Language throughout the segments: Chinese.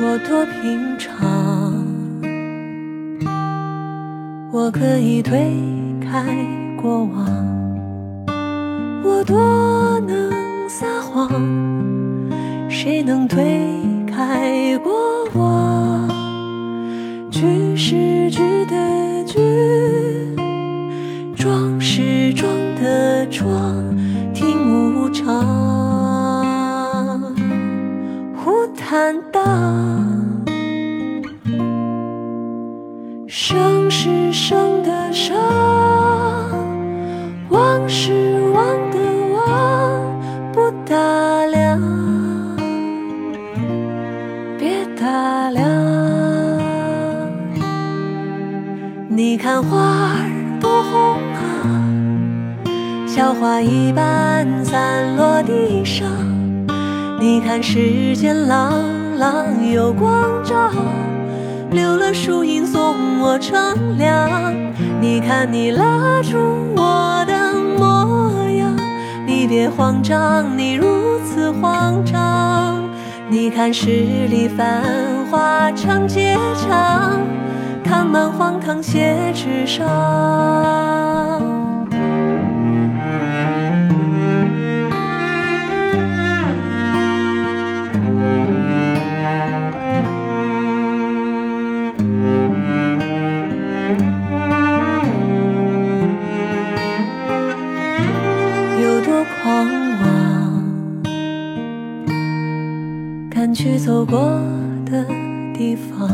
我多平常，我可以推开过往，我多能撒谎，谁能推开过往？句是句的句，装是装的装，听无常，忽坦荡，生是生的生，忘是忘的忘，不打量，别打量。你看花儿多红啊，小花一般散落地上。你看世间朗朗有光照，留了树荫送我乘凉。你看你拉住我的模样，你别慌张，你如此慌张。你看十里繁华长街长，看满荒唐写纸上。有多狂妄，赶去走过的地方，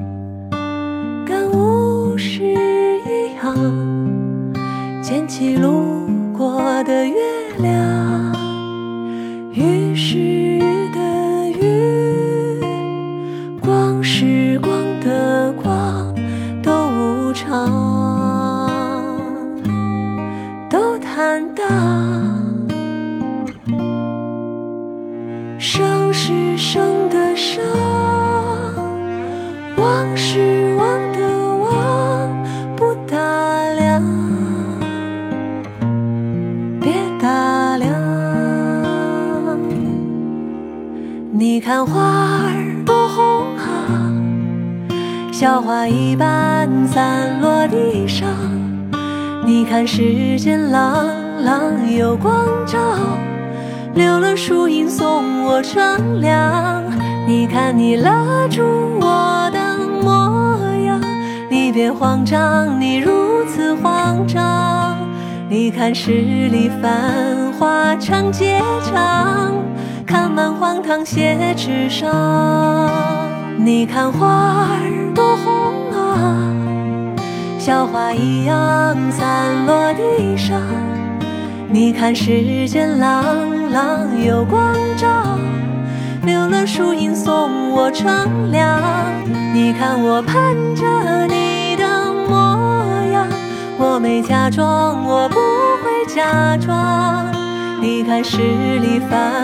物是一样，捡起路过的月亮，雨是雨的雨，光是光的光，都无常，都坦荡，生是生的生，忘是忘的忘，不打量，别打量。你看花儿多红啊，小花一般散落地上。你看世间朗朗有光照，留了树荫送我乘凉。你看你拉住我的模样，你别慌张，你如此慌张。你看十里繁华长街长，看满荒唐写纸上。你看花儿多红啊，小花一样散落地上。你看世间朗朗有光照，留了树荫送我乘凉。你看我盼着你的模样，我没假装，我不会假装。你看十里繁